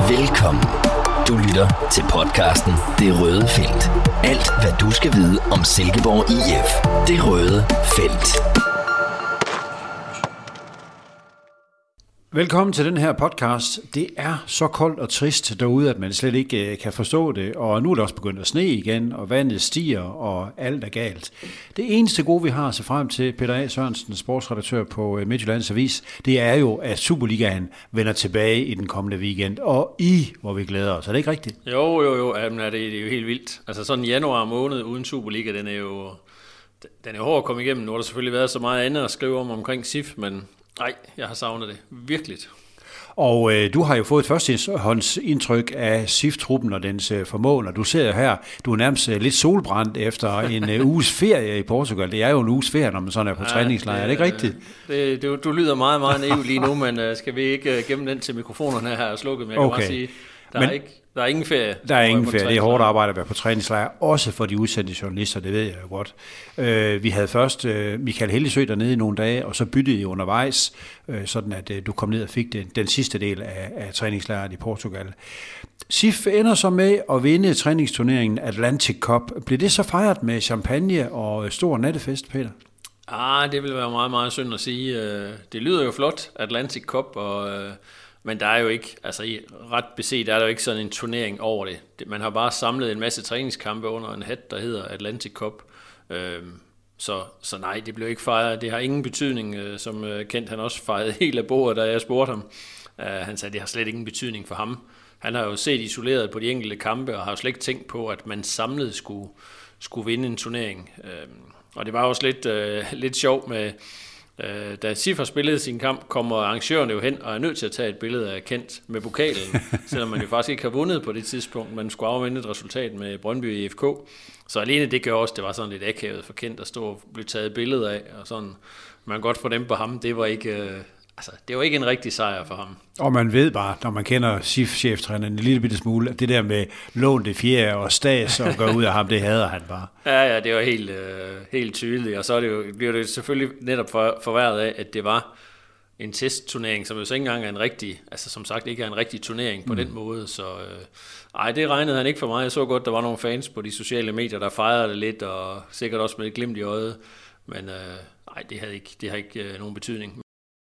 Velkommen. Du lytter til podcasten Det Røde Felt. Alt hvad du skal vide om Silkeborg IF. Det Røde Felt. Velkommen til den her podcast. Det er så koldt og trist derude, at man slet ikke kan forstå det, og nu er det også begyndt at sne igen, og vandet stiger, og alt er galt. Det eneste gode, vi har at se frem til, Peter A. Sørensen, sportsredaktør på Midtjyllands Avis, det er jo, at Superligaen vender tilbage i den kommende weekend, og hvor vi glæder os. Er det ikke rigtigt? Jo. Jamen, det er jo helt vildt. Altså sådan januar måned uden Superliga, den er jo hård at komme igennem. Nu har der selvfølgelig været så meget andet at skrive omkring SIF, men nej, jeg har savnet det. Virkeligt. Og du har jo fået et førstehåndsindtryk af SIF-truppen og dens formål, og du ser her, du er nærmest lidt solbrændt efter en uges ferie i Portugal. Det er jo en uges ferie, når man sådan er på træningslejr. Er det ikke rigtigt? Du lyder meget, meget naiv lige nu, men skal vi ikke gemme den til mikrofonerne her og slukket? Men jeg kan bare sige, der er ingen ferie. Der er ingen ferie. Det er hårdt arbejde at være på træningslejr, også for de udsendte journalister, det ved jeg jo godt. Vi havde først Michael Helligsø dernede i nogle dage, og så byttede I undervejs, sådan at du kom ned og fik den sidste del af træningslejret i Portugal. SIF ender så med at vinde træningsturneringen Atlantic Cup. Blev det så fejret med champagne og stor nattefest, Peter? Det vil være meget, meget synd at sige. Det lyder jo flot, Atlantic Cup, men der er jo ikke, altså i ret beset er der jo ikke sådan en turnering over det. Man har bare samlet en masse træningskampe under en hat, der hedder Atlantic Cup. Så nej, det blev ikke fejret. Det har ingen betydning, som Kent han også fejrede helt af bordet, da jeg spurgte ham. Han sagde, at det har slet ingen betydning for ham. Han har jo set isoleret på de enkelte kampe, og har jo slet ikke tænkt på, at man samlet skulle vinde en turnering. Og det var også lidt sjovt med... Da SIF har spillet sin kamp, kommer arrangørerne jo hen og er nødt til at tage et billede af Kent med pokalen, selvom man jo faktisk ikke har vundet på det tidspunkt. Man skulle afvente et resultat med Brøndby i FK. Så alene det gør også, det var sådan lidt akavet for Kent at stå og blive taget billeder af. Og sådan, man kan godt fornemme på ham, det var ikke en rigtig sejr for ham. Og man ved bare, når man kender SIF-cheftræneren en lille bitte smule, at det der med lånte fjerde og stas og gå ud af ham, det hader han bare. Ja, det var helt tydeligt. Og så er bliver det selvfølgelig netop forværret af, at det var en testturnering, som jo så ikke engang er en rigtig, altså som sagt ikke er en rigtig turnering på den måde. Så det regnede han ikke for mig. Jeg så godt, der var nogle fans på de sociale medier, der fejrede det lidt, og sikkert også med et glimt i øjet. Men det har ikke nogen betydning.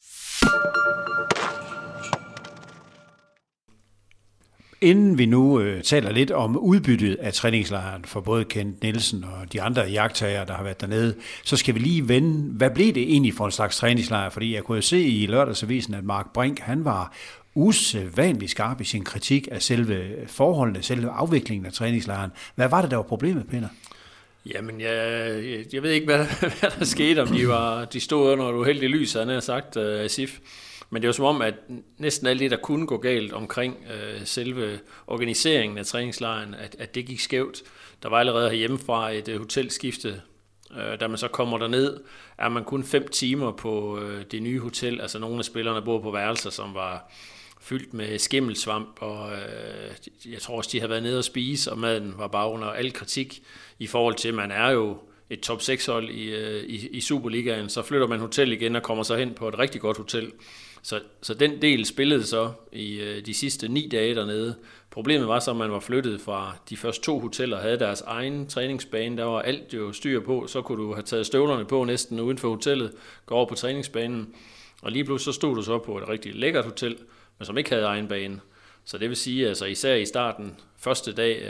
Inden vi nu taler lidt om udbyttet af træningslejren for både Kent Nielsen og de andre jagttagere, der har været dernede, så skal vi lige vende, hvad blev det egentlig for en slags træningslejr? Fordi jeg kunne jo se i lørdagsavisen, at Mark Brink, han var usædvanligt skarp i sin kritik af selve forholdene, selve afviklingen af træningslejren. Hvad var det, der var problemet, Peter? Jamen, jeg ved ikke, hvad der skete, om de stod under et uheldigt lys, han har sagt af SIF. Men det var som om, at næsten alt det, der kunne gå galt omkring selve organiseringen af træningslejren, at det gik skævt. Der var allerede herhjemmefra et hotelskifte. Da man så kommer derned, er man kun 5 timer på det nye hotel. Altså nogle af spillerne bor på værelser, som var fyldt med skimmelsvamp, og jeg tror også, de havde været nede og spise, og maden var bare under al kritik i forhold til, at man er jo et top 6-hold i Superligaen. Så flytter man hotel igen og kommer så hen på et rigtig godt hotel. Så den del spillede så i de sidste 9 dage dernede. Problemet var så, at man var flyttet fra de første 2 hoteller, havde deres egen træningsbane. Der var alt jo styr på. Så kunne du have taget støvlerne på næsten uden for hotellet, gå over på træningsbanen. Og lige pludselig så stod du så på et rigtig lækkert hotel, men som ikke havde egen bane. Så det vil sige, altså især i starten, første dag,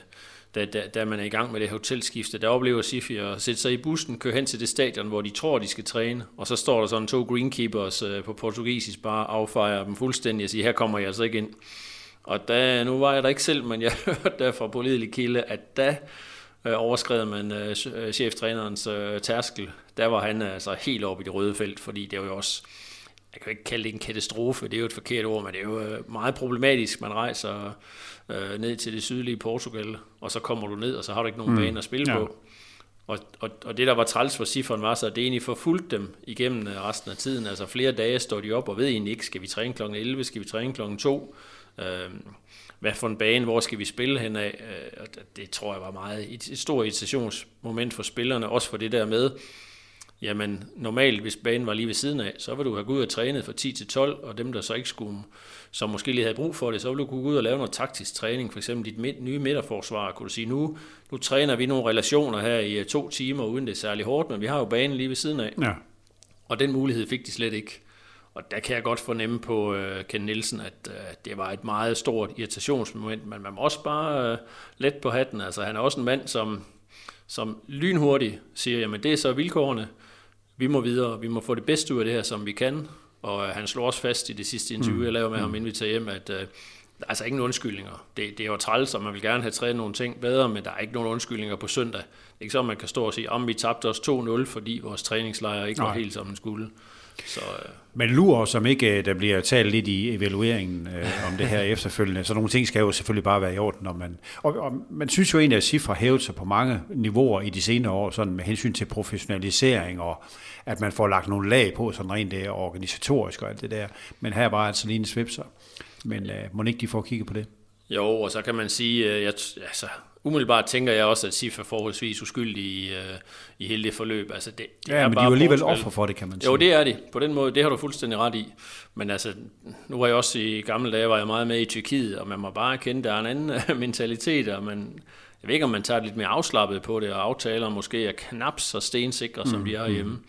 da man er i gang med det hotelskifte, der oplever SIF at sætte sig i bussen, køre hen til det stadion, hvor de tror, de skal træne, og så står der sådan 2 greenkeepers på portugisisk, bare affejer dem fuldstændig og siger, her kommer jeg altså ikke ind. Og nu var jeg der ikke selv, men jeg hørte der fra pålidelig kilde, at da overskred man cheftrænerens tærskel, der var han altså helt oppe i det røde felt, fordi det var jo også, jeg kan ikke kalde det en katastrofe, det er jo et forkert ord, men det er jo meget problematisk. Man rejser ned til det sydlige Portugal, og så kommer du ned, og så har du ikke nogen bane at spille på. Og det, der var træls for SIF'eren, var så, at det egentlig forfulgte dem igennem resten af tiden. Altså flere dage står de op og ved egentlig ikke, skal vi træne kl. 11, skal vi træne kl. 2? Hvad for en bane, hvor skal vi spille henad? Det tror jeg var meget et stort irritationsmoment for spillerne, også for det der med, jamen normalt, hvis banen var lige ved siden af, så vil du have gået ud og trænet fra 10 til 12, og dem, der så ikke skulle, som måske lige havde brug for det, så vil du kunne gå ud og lave noget taktisk træning, for eksempel dit nye midterforsvar, kunne du sige, nu træner vi nogle relationer her i 2 timer, uden det er særlig hårdt, men vi har jo banen lige ved siden af. Ja. Og den mulighed fik de slet ikke. Og der kan jeg godt fornemme på Ken Nielsen, at det var et meget stort irritationsmoment, men man må også bare let på hatten. Altså, han er også en mand, som lynhurtigt siger, jamen det er så vilkårene, vi må videre, vi må få det bedste ud af det her, som vi kan. Og han slår også fast i det sidste interview, jeg laver med ham, inden vi tager hjem, at der er altså ikke nogen undskyldninger. Det er jo træls, og man vil gerne have trænet nogle ting bedre, men der er ikke nogen undskyldninger på søndag. Det er ikke så, man kan stå og sige, vi tabte os 2-0, fordi vores træningslejr ikke var helt, som den skulle. Så, Men lurer, som ikke der bliver talt lidt i evalueringen om det her efterfølgende, så nogle ting skal jo selvfølgelig bare være i orden. Og man synes jo egentlig, at SIF har hævet sig på mange niveauer i de senere år, sådan med hensyn til professionalisering, og at man får lagt nogle lag på, sådan rent det organisatorisk og alt det der. Men her var altså lige en svipser. Men må ikke de får kigge på det? Jo, og så kan man sige, umiddelbart tænker jeg også, at SIF er forholdsvis uskyldig i hele det forløb. Altså det men de er jo alligevel offer for det, kan man sige. Jo, det er de. På den måde, det har du fuldstændig ret i. Men altså, nu var jeg også i gamle dage, var jeg meget med i Tyrkiet, og man må bare kende, der er en anden mentalitet, og jeg ved ikke, om man tager lidt mere afslappet på det, og aftaler måske er knap så stensikre, som de er hjemme.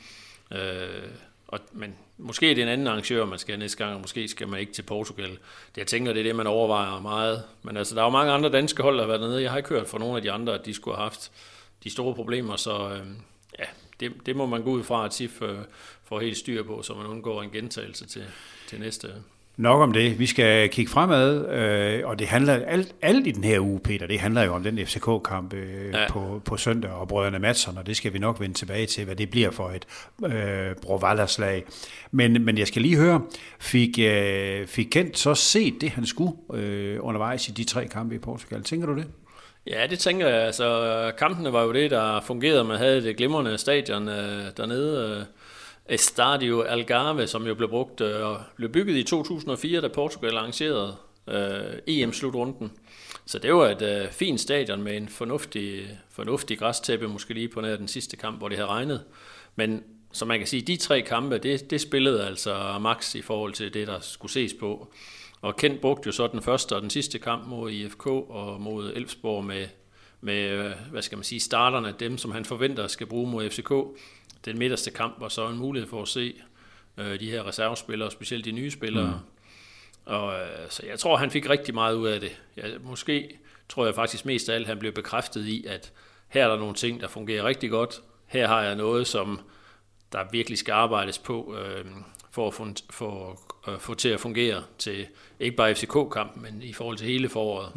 Men måske er det en anden arrangør, man skal næste gang, og måske skal man ikke til Portugal. Jeg tænker, det er det, man overvejer meget. Men altså, der er jo mange andre danske hold, der har været dernede. Jeg har ikke hørt fra nogle af de andre, at de skulle have haft de store problemer, så det må man gå ud fra, at SIF får helt styr på, så man undgår en gentagelse til næste. Nok om det. Vi skal kigge fremad, og det handler alt i den her uge, Peter, det handler jo om den FCK-kamp på søndag, og brødrene Madsen, og det skal vi nok vende tilbage til, hvad det bliver for et Brovalla-slag. Men jeg skal lige høre, fik Kent så set det, han skulle undervejs i de 3 kampe i Portugal? Tænker du det? Ja, det tænker jeg. Altså, kampene var jo det, der fungerede. Man havde det glimrende stadion dernede, Estadio Algarve, som jo blev brugt og blev bygget i 2004, da Portugal arrangerede EM-slutrunden. Så det var et fint stadion med en fornuftig græstæppe, måske lige på nær den sidste kamp, hvor det havde regnet. Men som man kan sige, de 3 kampe, det spillede altså max i forhold til det, der skulle ses på. Og Kent brugte jo så den første og den sidste kamp mod IFK og mod Elfsborg med hvad skal man sige, starterne, dem som han forventer skal bruge mod FCK. Den midterste kamp var så en mulighed for at se de her reservespillere, specielt de nye spillere. Og så jeg tror, han fik rigtig meget ud af det. Måske tror jeg faktisk mest af alt, han blev bekræftet i, at her er der nogle ting, der fungerer rigtig godt. Her har jeg noget, som der virkelig skal arbejdes på for at få til at fungere til ikke bare FCK-kampen, men i forhold til hele foråret.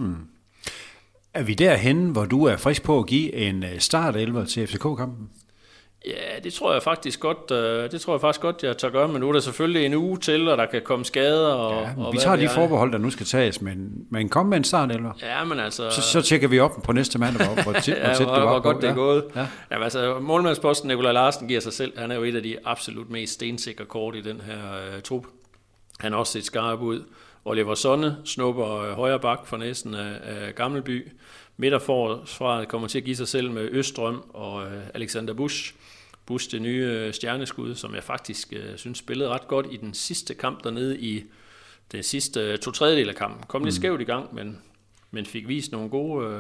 Er vi derhenne, hvor du er frisk på at give en startelver til FCK-kampen? Ja, det tror jeg faktisk godt, jeg tør gøre, men nu er der selvfølgelig en uge til, og der kan komme skader. Og vi tager de forbehold, der nu skal tages, men kom med en startelver. Ja, men altså... Så tjekker vi op på næste mandag, hvor tæt det var. Hvor godt det er gået. Ja. Jamen, altså, målmandsposten Nikolaj Larsen giver sig selv. Han er jo et af de absolut mest stensikre kort i den her trup. Han har også set skarp ud. Oliver Sonne snupper højre bak for næsten af Gammelby. Midterforsvaret kommer til at give sig selv med Østrøm og Alexander Busch. Busch, det nye stjerneskud, som jeg faktisk synes spillede ret godt i den sidste kamp dernede i den sidste 2/3 af kampen. Kom lidt skævt i gang, men fik vist nogle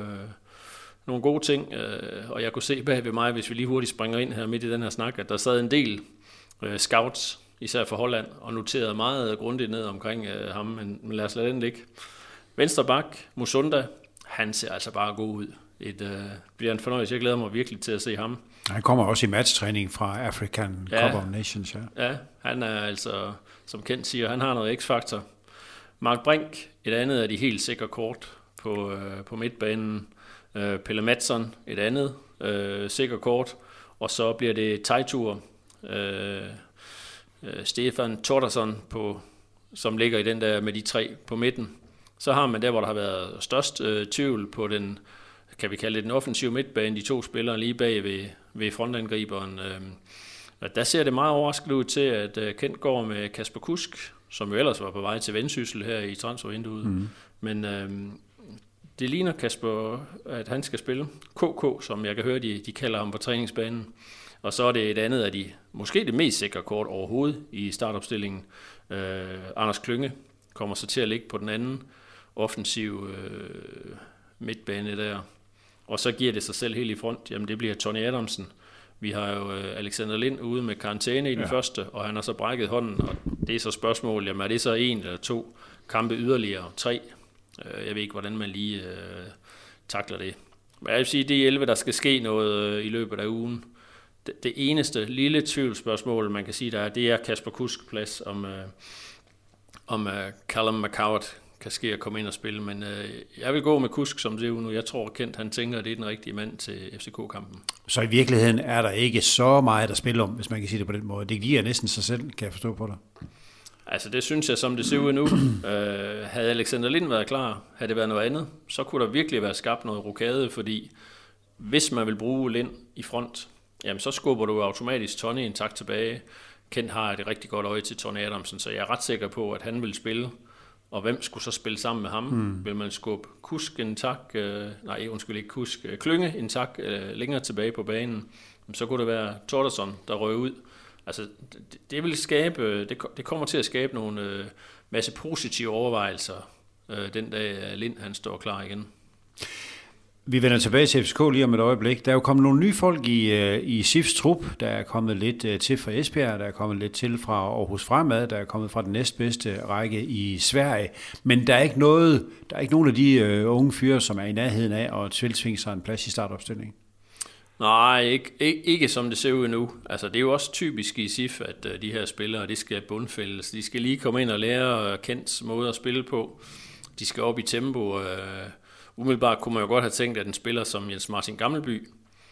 gode ting. Og jeg kunne se bag ved mig, hvis vi lige hurtigt springer ind her midt i den her snak, at der sad en del scouts, især for Holland, og noterede meget grundigt ned omkring ham, men lad os lade den ligge. Venstre bak, Musonda, han ser altså bare god ud. Bliver en fornøjelse. Jeg glæder mig virkelig til at se ham. Han kommer også i matchtræning fra African Cup of Nations. Ja, han er altså, som Kent siger, han har noget x-faktor. Mark Brink, et andet af de helt sikre kort på midtbanen. Pelle Madsen, et andet sikker kort. Og så bliver det Teitur, Stefan Tordarsson, som ligger i den der med de 3 på midten. Så har man der, hvor der har været størst tvivl på den, kan vi kalde det den offensive midtbane, de 2 spillere lige bag ved frontangriberen. Der ser det meget overraskende ud til, at Kent går med Kasper Kusk, som jo ellers var på vej til Vendsyssel her i transfervinduet. Men det ligner Kasper, at han skal spille KK, som jeg kan høre, de kalder ham på træningsbanen. Og så er det et andet af de, måske det mest sikre kort overhovedet i startopstillingen. Anders Klynge kommer så til at ligge på den anden offensiv midtbane der. Og så giver det sig selv helt i front. Jamen det bliver Tony Adamsen. Vi har jo Alexander Lind ude med karantæne i den første, og han har så brækket hånden. Og det er så spørgsmålet, jamen er det så 1 eller 2 kampe yderligere? 3? Jeg ved ikke, hvordan man lige takler det. Men jeg vil sige, det er 11, der skal ske noget i løbet af ugen. Det eneste lille tvivlsspørgsmål, man kan sige, der er, det er Kasper Kusk plads, om Callum McCowart kan ske at komme ind og spille. Men jeg vil gå med Kusk som det nu. Jeg tror Kent, han tænker, at det er den rigtige mand til FCK-kampen. Så i virkeligheden er der ikke så meget at spille om, hvis man kan sige det på den måde. Det giver næsten sig selv, kan jeg forstå på dig. Altså det synes jeg, som det ser ud nu. Havde Alexander Lind været klar, havde det været noget andet, så kunne der virkelig være skabt noget rokade, fordi hvis man vil bruge Lind i front, jamen så skubber du automatisk Tony en tak tilbage. Kent har et rigtig godt øje til Tony Adamsen, så jeg er ret sikker på, at han vil spille. Og hvem skulle så spille sammen med ham? Vil man skubbe Kusk en tak, Klynge en tak længere tilbage på banen, så kunne det være Tordarsson, der røg ud. Altså, det vil skabe, det kommer til at skabe nogle masse positive overvejelser den dag Lind han står klar igen. Vi vender tilbage til FCK lige om et øjeblik. Der er jo kommet nogle nye folk i SIFs trup. Der er kommet lidt til fra Esbjerg, der er kommet lidt til fra Aarhus Fremad, der er kommet fra den næstbedste række i Sverige. Men der er ikke nogen af de unge fyre, som er i nærheden af at tilsvinge sig en plads i startopstillingen. Nej, ikke som det ser ud nu. Altså, det er jo også typisk i SIF, at de her spillere, de skal bundfældes. De skal lige komme ind og lære Kents måde at spille på. De skal op i tempo. Umiddelbart kunne man jo godt have tænkt, at en spiller som Jens Martin Gammelby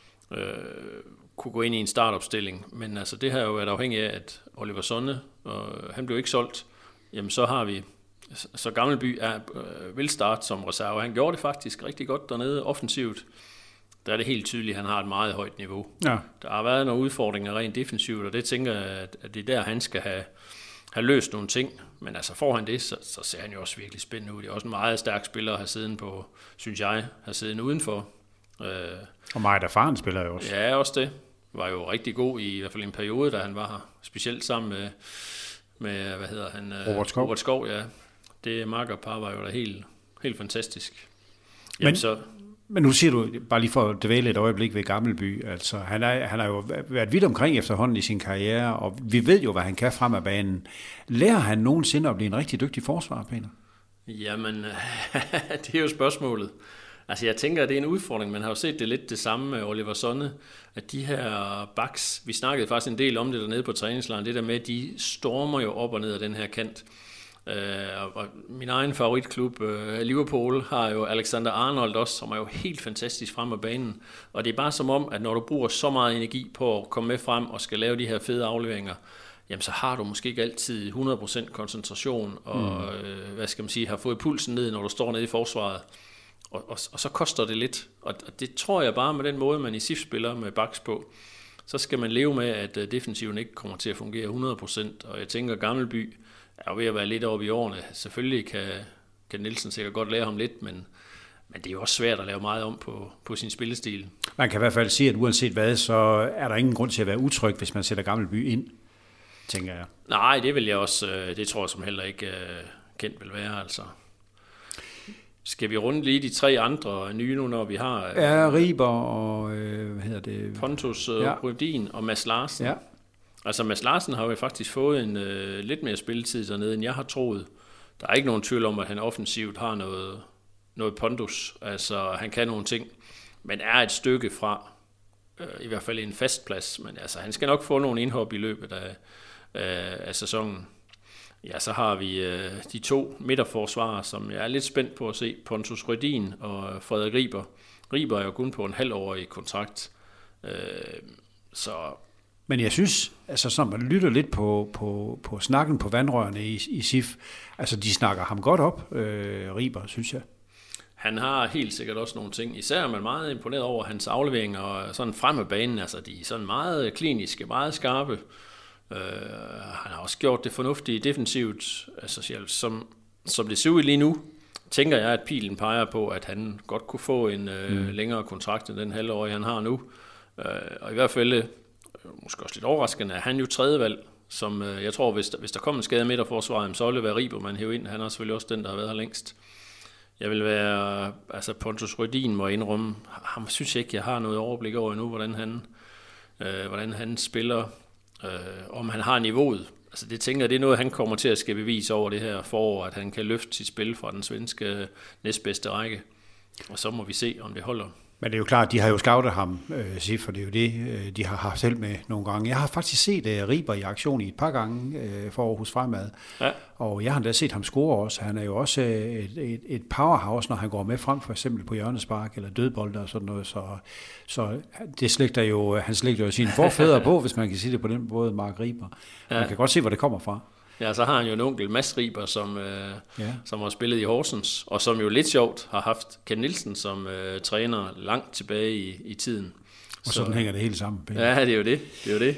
kunne gå ind i en startopstilling. Men altså, det har jo været afhængigt af, at Oliver Sonne, han blev ikke solgt. Jamen, så Gammelby vil starte som reserve. Han gjorde det faktisk rigtig godt dernede offensivt. Der er det helt tydeligt, at han har et meget højt niveau. Ja. Der har været nogle udfordringer rent defensivt, og det tænker jeg, at det er der, han skal have løst nogle ting. Men altså får han det, så ser han jo også virkelig spændende ud. Det er også en meget stærk spiller at have siddet på, synes jeg, have siddet udenfor. Og meget erfaren spiller jo også. Ja, også det. Var jo rigtig god i hvert fald en periode, da han var her. Specielt sammen med hvad hedder han? Robert Skov, ja. Det makkerpar var jo da helt fantastisk. Men nu siger du, bare lige for at dvæle et øjeblik ved Gammelby, altså han har jo været vidt omkring efterhånden i sin karriere, og vi ved jo, hvad han kan frem af banen. Lærer han nogensinde at blive en rigtig dygtig forsvarer, Peter? Jamen, det er jo spørgsmålet. Altså jeg tænker, at det er en udfordring. Man har jo set det lidt det samme med Oliver Sonne, at de her backs, vi snakkede faktisk en del om det dernede på træningslejren, det der med, at de stormer jo op og ned af den her kant. Og min egen favoritklub, Liverpool, har jo Alexander Arnold også, som er jo helt fantastisk frem af banen. Og det er bare som om, at når du bruger så meget energi på at komme med frem og skal lave de her fede afleveringer, jamen så har du måske ikke altid 100% koncentration og har fået pulsen ned, når du står nede i forsvaret. Og så koster det lidt. Og det tror jeg bare med den måde, man i SIF spiller med backs på, så skal man leve med, at defensiven ikke kommer til at fungere 100%. Og jeg tænker, Gammelby er ved at være lidt oppe i årene. Selvfølgelig kan Nielsen sikkert godt lære ham lidt, men det er jo også svært at lave meget om på sin spillestil. Man kan i hvert fald sige, at uanset hvad, så er der ingen grund til at være utryg, hvis man sætter Gammelby ind, tænker jeg. Nej, det vil jeg også. Det tror jeg som heller ikke Kent vil være, altså. Skal vi runde lige de 3 andre nye nu, når vi har... Riber og... Pontus Rydin og Mads Larsen. Ja. Altså Mads Larsen har jo faktisk fået en lidt mere spilletid dernede, end jeg har troet. Der er ikke nogen tvivl om, at han offensivt har noget pondus. Altså han kan nogle ting, men er et stykke fra i hvert fald en fast plads. Men altså han skal nok få nogle indhop i løbet af sæsonen. Ja, så har vi de 2 midterforsvarere, som jeg er lidt spændt på at se. Pontus Rydin og Frederik Riber. Riber er jo kun på en halvårig kontrakt. Men jeg synes, altså som man lytter lidt på snakken på vandrørene i SIF, altså de snakker ham godt op, Riber, synes jeg. Han har helt sikkert også nogle ting, især er man meget imponeret over hans afleveringer og sådan frem af banen, altså de er sådan meget kliniske, meget skarpe. Han har også gjort det fornuftige defensivt, altså som det ser ud lige nu, tænker jeg, at pilen peger på, at han godt kunne få en længere kontrakt end den halvårige, han har nu. Og i hvert fald måske også lidt overraskende, er han jo tredje valg, som jeg tror, hvis der kommer en skade midterforsvaret, så vil det være Riber, man hæver ind. Han er selvfølgelig også den, der har været her længst. Jeg vil være, altså Pontus Rødin må indrømme, ham synes jeg ikke, jeg har noget overblik over endnu, hvordan han spiller, om han har niveauet. Altså det tænker jeg, det er noget, han kommer til at skal bevise over det her forår, at han kan løfte sit spil fra den svenske næstbedste række. Og så må vi se, om det holder. Men det er jo klart, de har jo scoutet ham, Sif, for det er jo det, de har haft selv med nogle gange. Jeg har faktisk set Riber i aktion i et par gange for Aarhus Fremad, ja. Og jeg har da set ham score også. Han er jo også et powerhouse, når han går med frem, for eksempel på hjørnespark eller dødbolder og sådan noget. Så det slægter jo, han slægter jo sine forfædre på, hvis man kan sige det på den måde, Mark Riber. Ja. Man kan godt se, hvor det kommer fra. Ja, så har han jo en onkel, Mads Riber, som har spillet i Horsens, og som jo lidt sjovt har haft Ken Nielsen som træner langt tilbage i tiden. Og sådan hænger det hele sammen. Peter. Ja, det er jo det.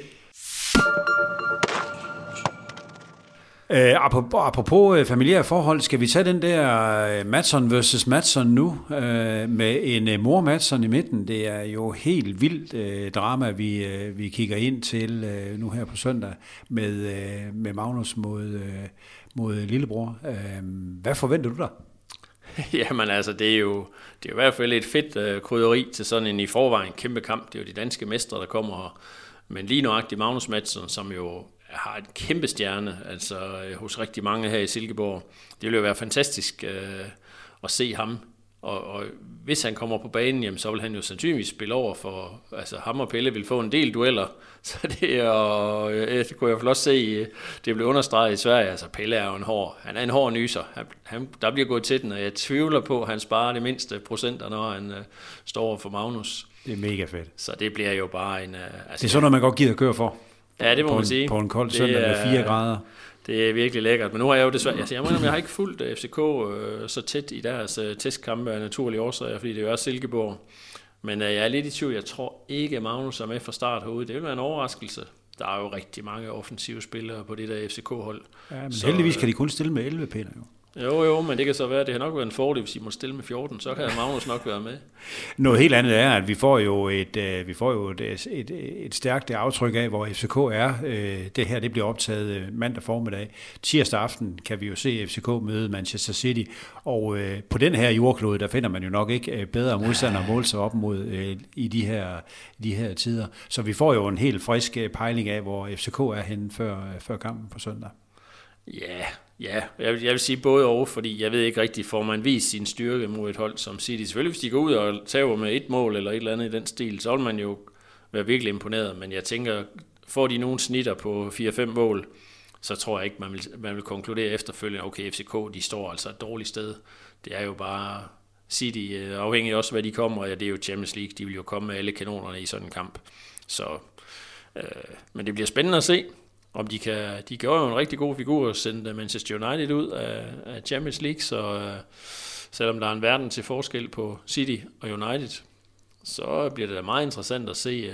Apropos familiære forhold, skal vi tage den der Madsson versus Madsson nu, med en mor Madsson i midten. Det er jo helt vildt drama, vi kigger ind til nu her på søndag med Magnus mod lillebror. Hvad forventer du dig? Jamen altså, det er jo i hvert fald et fedt krydderi til sådan en i forvejen kæmpe kamp. Det er jo de danske mestre, der kommer her. Men lige nøjagtigt Magnus Madsson, som jo har et kæmpe stjerne, altså hos rigtig mange her i Silkeborg. Det vil jo være fantastisk at se ham. Og hvis han kommer på banen, jamen, så vil han jo sandsynligvis spille over for, altså ham og Pelle vil få en del dueller. Så det kunne jeg også se, det blev understreget i Sverige. Altså Pelle er jo han er en hård nyser. Der bliver gået til den, og jeg tvivler på, at han sparer det mindste procenter, når han står over for Magnus. Det er mega fedt. Så det bliver jo bare en... det er sådan noget, man godt gider at køre for. Ja, det må man sige. På en kold søndag med 4 grader. Det er virkelig lækkert, men nu har jeg jo desværre... Altså, jeg har ikke fulgt FCK så tæt i deres testkampe af naturlige årsager, fordi det er jo også Silkeborg. Men jeg er lidt i tvivl. Jeg tror ikke, at Magnus er med fra start herude. Det vil være en overraskelse. Der er jo rigtig mange offensive spillere på det der FCK-hold. Ja, men heldigvis kan de kun stille med 11 pænder jo. Jo, men det kan så være, det har nok været en fordel, hvis I må stille med 14, så kan Magnus nok være med. Noget helt andet er, at vi får jo et stærkt aftryk af, hvor FCK er. Det her, det bliver optaget mandag formiddag. Tirsdag aften kan vi jo se FCK møde Manchester City, og på den her jordklode, der finder man jo nok ikke bedre modstandere at måle sig op mod i de her tider. Så vi får jo en helt frisk pejling af, hvor FCK er henne før kampen på søndag. Ja, jeg vil sige både og, fordi jeg ved ikke rigtigt, får man vist sin styrke mod et hold som City. Selvfølgelig, hvis de går ud og tager med et mål eller et eller andet i den stil, så vil man jo være virkelig imponeret. Men jeg tænker, får de nogle snitter på 4-5 mål, så tror jeg ikke, man vil konkludere efterfølgende, okay, FCK, de står altså et dårligt sted. Det er jo bare City, afhængig også, hvad de kommer, ja, det er jo Champions League, de vil jo komme med alle kanonerne i sådan en kamp. Så, men det bliver spændende at se. Om de gør jo en rigtig god figur at sende Manchester United ud af Champions League, så selvom der er en verden til forskel på City og United, så bliver det da meget interessant at se,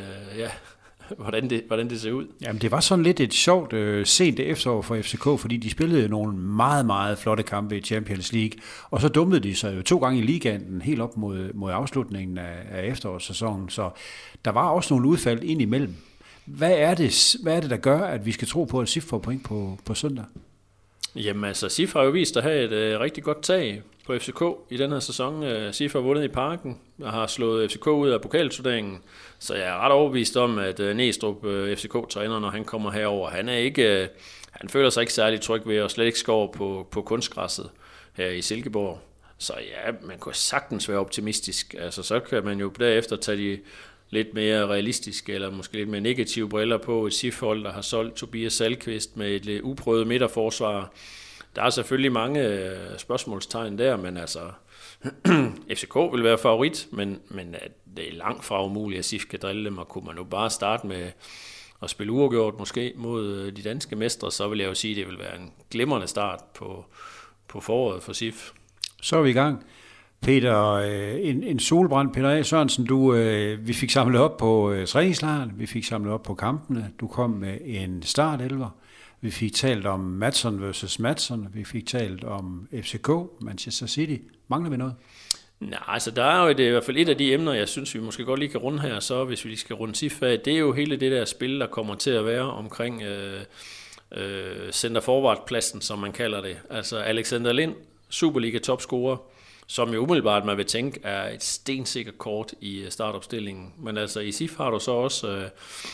hvordan det ser ud. Jamen det var sådan lidt et sjovt sent efterår for FCK, fordi de spillede nogle meget, meget flotte kampe i Champions League, og så dummede de sig jo 2 gange i ligaen helt op mod afslutningen af efterårssæsonen, så der var også nogle udfald ind imellem. Hvad er det, der gør, at vi skal tro på, at SIF får point på søndag? Jamen altså, SIF har jo vist at have et rigtig godt tag på FCK i den her sæson. SIF har vundet i Parken og har slået FCK ud af pokalturneringen. Så jeg er ret overbevist om, at Næstrup, FCK-træner, når han kommer herover, han føler sig ikke særlig tryg ved at slet ikke skåre på kunstgræsset her i Silkeborg. Så ja, man kunne sagtens være optimistisk. Altså, så kan man jo derefter tage de lidt mere realistiske, eller måske lidt mere negative briller på et SIF-hold, der har solgt Tobias Salkvist med et lidt uprøvet midterforsvar. Der er selvfølgelig mange spørgsmålstegn der, men altså FCK vil være favorit, men det er langt fra umuligt, at SIF kan drille dem, og kunne man nu bare starte med at spille uafgjort måske mod de danske mestre, så vil jeg jo sige, at det vil være en glimrende start på foråret for SIF. Så er vi i gang. Peter, en solbrand, Peter A. Sørensen, vi fik samlet op på træningslejren, vi fik samlet op på kampene, du kom med en startelver, vi fik talt om Madsson versus Madsson, vi fik talt om FCK, Manchester City. Mangler vi noget? Nej, altså der er jo i hvert fald et af de emner, jeg synes, vi måske godt lige kan runde her, så hvis vi skal runde SIF af, det er jo hele det der spil, der kommer til at være omkring center-forward-pladsen, som man kalder det. Altså Alexander Lind, Superliga-topscorer, som jo umiddelbart man vil tænke er et stensikkert kort i startopstillingen. Men altså i SIF har du så også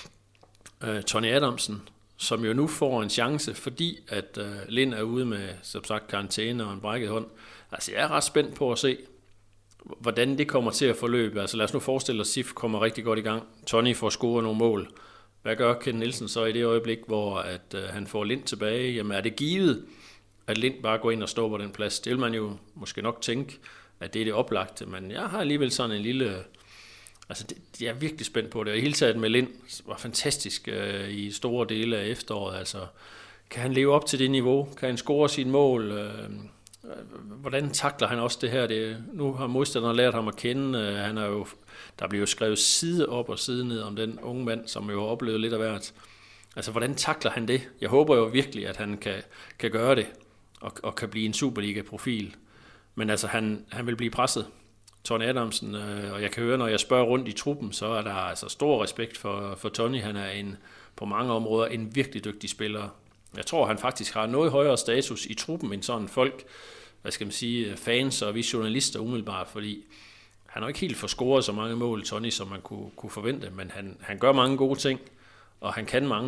Tony Adamsen, som jo nu får en chance, fordi at Lind er ude med, som sagt, karantæne og en brækket hånd. Altså jeg er ret spændt på at se, hvordan det kommer til at forløbe. Altså lad os nu forestille os, at SIF kommer rigtig godt i gang. Tony får scoret nogle mål. Hvad gør Ken Nielsen så i det øjeblik, hvor at, han får Lind tilbage? Jamen er det givet, at Lind bare går ind og står på den plads? Det vil man jo måske nok tænke, at det er det oplagte. Men jeg har alligevel sådan en lille... Altså jeg er virkelig spændt på det. Og i hele taget med Lind var fantastisk i store dele af efteråret. Altså kan han leve op til det niveau? Kan han score sine mål? Hvordan takler han også det her? Nu har modstanderen lært ham at kende. Der bliver jo skrevet side op og side ned om den unge mand, som jo har oplevet lidt af hvert. Altså, hvordan takler han det? Jeg håber jo virkelig, at han kan gøre det, og kan blive en Superliga-profil. Men altså, han vil blive presset. Tony Adamsen, og jeg kan høre, når jeg spørger rundt i truppen, så er der altså stor respekt for Tony. Han er på mange områder en virkelig dygtig spiller. Jeg tror, han faktisk har noget højere status i truppen end sådan folk, hvad skal man sige, fans og vi journalister umiddelbart, fordi han har ikke helt fået scoret så mange mål, Tony, som man kunne forvente, men han gør mange gode ting, og han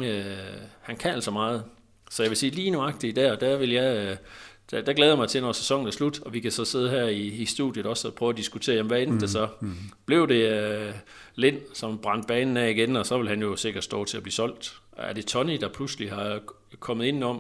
kan altså meget. Så jeg vil sige, lige nuagtigt der vil jeg... Der glæder jeg mig til, når sæsonen er slut, og vi kan så sidde her i studiet også og prøve at diskutere, hvad endte det så? Blev det Lind, som brændte banen af igen, og så vil han jo sikkert stå til at blive solgt. Er det Tony, der pludselig har kommet indenom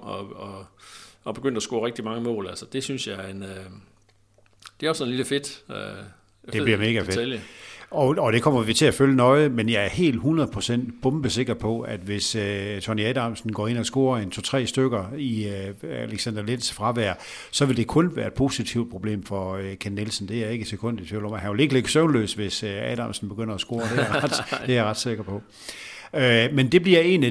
og begyndt at score rigtig mange mål? Altså, det synes jeg det er også en lille fedt. Det bliver mega fedt. Og det kommer vi til at følge nøje, men jeg er helt 100% bombesikker på, at hvis Tony Adamsen går ind og scorer 2-3 stykker i Alexander Linds fravær, så vil det kun være et positivt problem for Ken Nielsen. Det er jeg ikke et sekund i tvivl om. Han vil ikke ligge søvnløs, hvis Adamsen begynder at score. Det er jeg ret sikker på. Men det bliver en af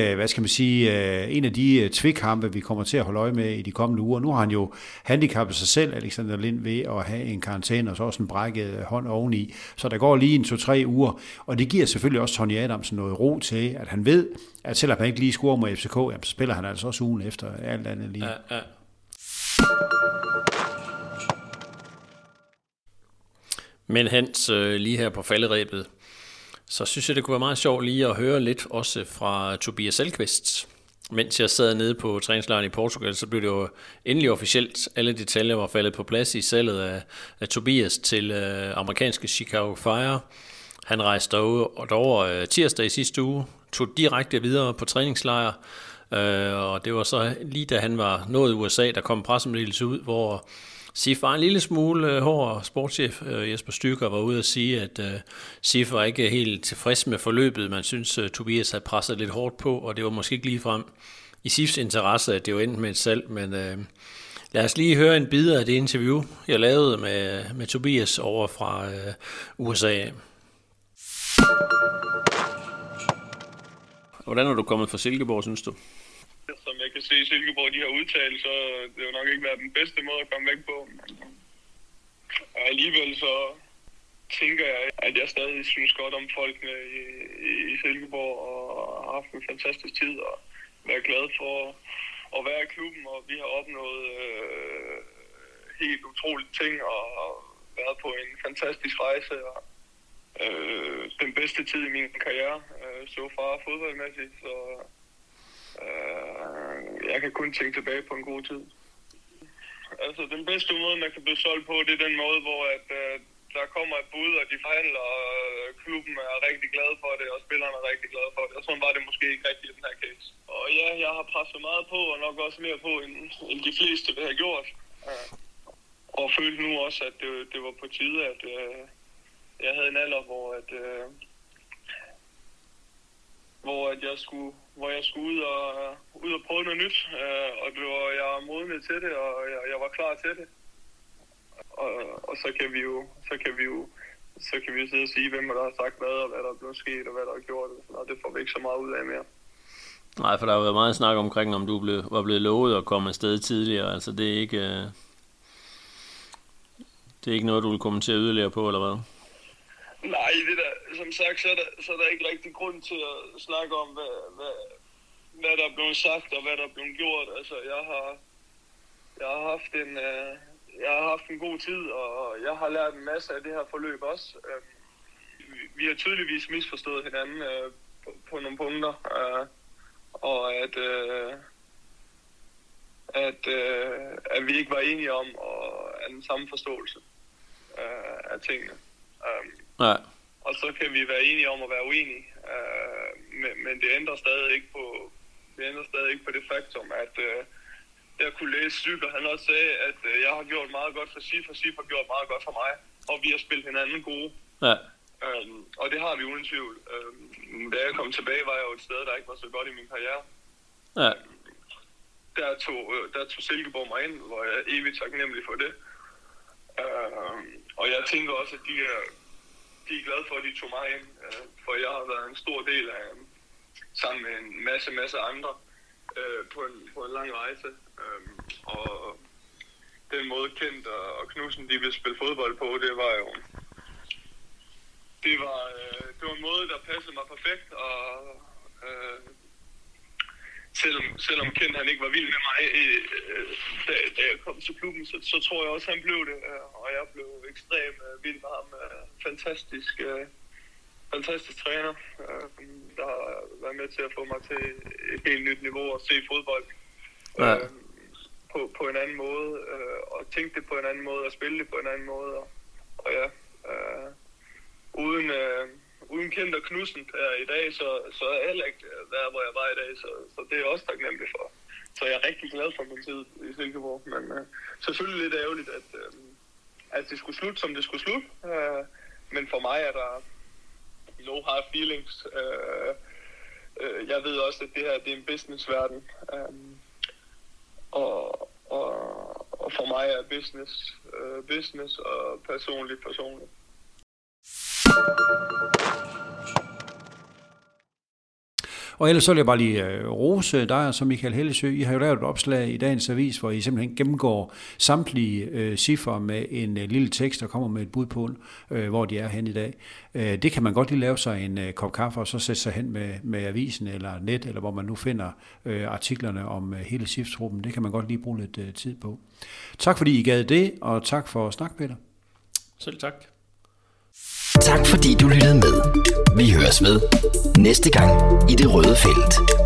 de tvikkampe, vi kommer til at holde øje med i de kommende uger. Nu har han jo handicappet sig selv, Alexander Lind, ved at have en karantæne og så også en brækket hånd oveni. Så der går lige 2-3 uger, og det giver selvfølgelig også Tony Adamsen noget ro til, at han ved, at selvom han ikke lige scorer mod FCK, jamen, så spiller han altså også ugen efter alt andet lige. Ja. Men Hans, lige her på falderebet, så synes jeg, det kunne være meget sjovt lige at høre lidt også fra Tobias Elkvist. Mens jeg sad nede på træningslejren i Portugal, så blev det jo endelig officielt. Alle detaljer var faldet på plads i salget af Tobias til amerikanske Chicago Fire. Han rejste over tirsdag i sidste uge, tog direkte videre på træningslejr. Og det var så lige da han var nået i USA, der kom en pressemeddelelse ud, hvor SIF var en lille smule hård. Sportschef Jesper Styrker var ude at sige, at SIF var ikke helt tilfreds med forløbet. Man synes, Tobias havde presset lidt hårdt på, og det var måske ikke ligefrem i SIFs interesse, at det var endt med et salg. Men lad os lige høre en bid af det interview, jeg lavede med Tobias over fra USA. Hvordan er du kommet fra Silkeborg, synes du? Som jeg kan se i Silkeborg, de har udtalt, så det har jo nok ikke været den bedste måde at komme væk på. Og alligevel så tænker jeg, at jeg stadig synes godt om folkene i Silkeborg, og har haft en fantastisk tid, og været glad for at være i klubben, og vi har opnået helt utrolige ting, og været på en fantastisk rejse, og den bedste tid i min karriere, så far fodboldmæssigt, så jeg kan kun tænke tilbage på en god tid. Altså, den bedste måde, man kan blive solgt på, det er den måde, hvor at, der kommer et bud, og de forhandler, og klubben er rigtig glad for det, og spillerne er rigtig glade for det. Og sådan var det måske ikke rigtigt i den her case. Og ja, jeg har presset meget på, og nok også mere på, end de fleste vil have gjort. Og følte nu også, at det var på tide, at jeg havde en alder, hvor jeg skulle ud og prøve noget nyt, og jeg var modnet til det, og jeg var klar til det. Og så kan vi jo sidde og sige, hvem der har sagt hvad, og hvad der er blevet sket, og hvad der er gjort, og det får vi ikke så meget ud af mere. Nej, for der har været meget snak omkring, om du var blevet lovet at komme afsted tidligere, altså det er ikke... Det er ikke noget, du vil kommentere yderligere på, eller hvad? Nej, det der, som sagt, så er der ikke rigtig grund til at snakke om, hvad der er blevet sagt og hvad der er blevet gjort. Altså, jeg har haft en god tid, og jeg har lært en masse af det her forløb også. Vi har tydeligvis misforstået hinanden på nogle punkter, og at vi ikke var enige om at den samme forståelse af tingene. Nej. Og så kan vi være enige om at være uenige, men det ændrer stadig ikke på det faktum, at jeg kunne læse Syker, han også sagde, at jeg har gjort meget godt for Sif, og Sif har gjort meget godt for mig, og vi har spillet hinanden gode. Ja. Og det har vi uden tvivl. Da jeg kom tilbage, var jeg jo et sted, der ikke var så godt i min karriere. Ja. Der tog Silkeborg mig ind, hvor jeg er evigt taknemmelig for det. Og jeg tænker også, at de er glade for, at de tog mig ind, for jeg har været en stor del af, sammen med en masse andre, på en lang rejse. Og den måde Kent og Knudsen, de ville spille fodbold på, det var en måde, der passede mig perfekt, og selvom Kent han ikke var vild med mig, da jeg kom til klubben, så tror jeg også, han blev det, og jeg blev ekstremt vild med ham. Fantastisk træner, der har været med til at få mig til et helt nyt niveau og se fodbold på en anden måde, og tænke det på en anden måde, og spille det på en anden måde, og ja, uden Kent og Knudsen i dag, så er jeg heller ikke der, hvor jeg var i dag, så det er jeg også taknemmelig for. Så jeg er rigtig glad for min tid i Silkeborg, men selvfølgelig lidt ærgerligt, at det skulle slutte, som det skulle slutte, men for mig er der no hard feelings. Jeg ved også, at det her det er en businessverden, og for mig er business og personligt. Og ellers så vil jeg bare lige rose dig og så Michael Hellesø. I har jo lavet et opslag i dagens avis, hvor I simpelthen gennemgår samtlige cifre med en lille tekst, der kommer med et bud på, hvor de er hen i dag. Det kan man godt lige lave sig en kop kaffe, og så sætte sig hen med avisen eller net, eller hvor man nu finder artiklerne om hele SIF-truppen. Det kan man godt lige bruge lidt tid på. Tak fordi I gad det, og tak for snak, Peter. Selv tak. Tak fordi du lyttede med. Vi høres ved næste gang i Det Røde Felt.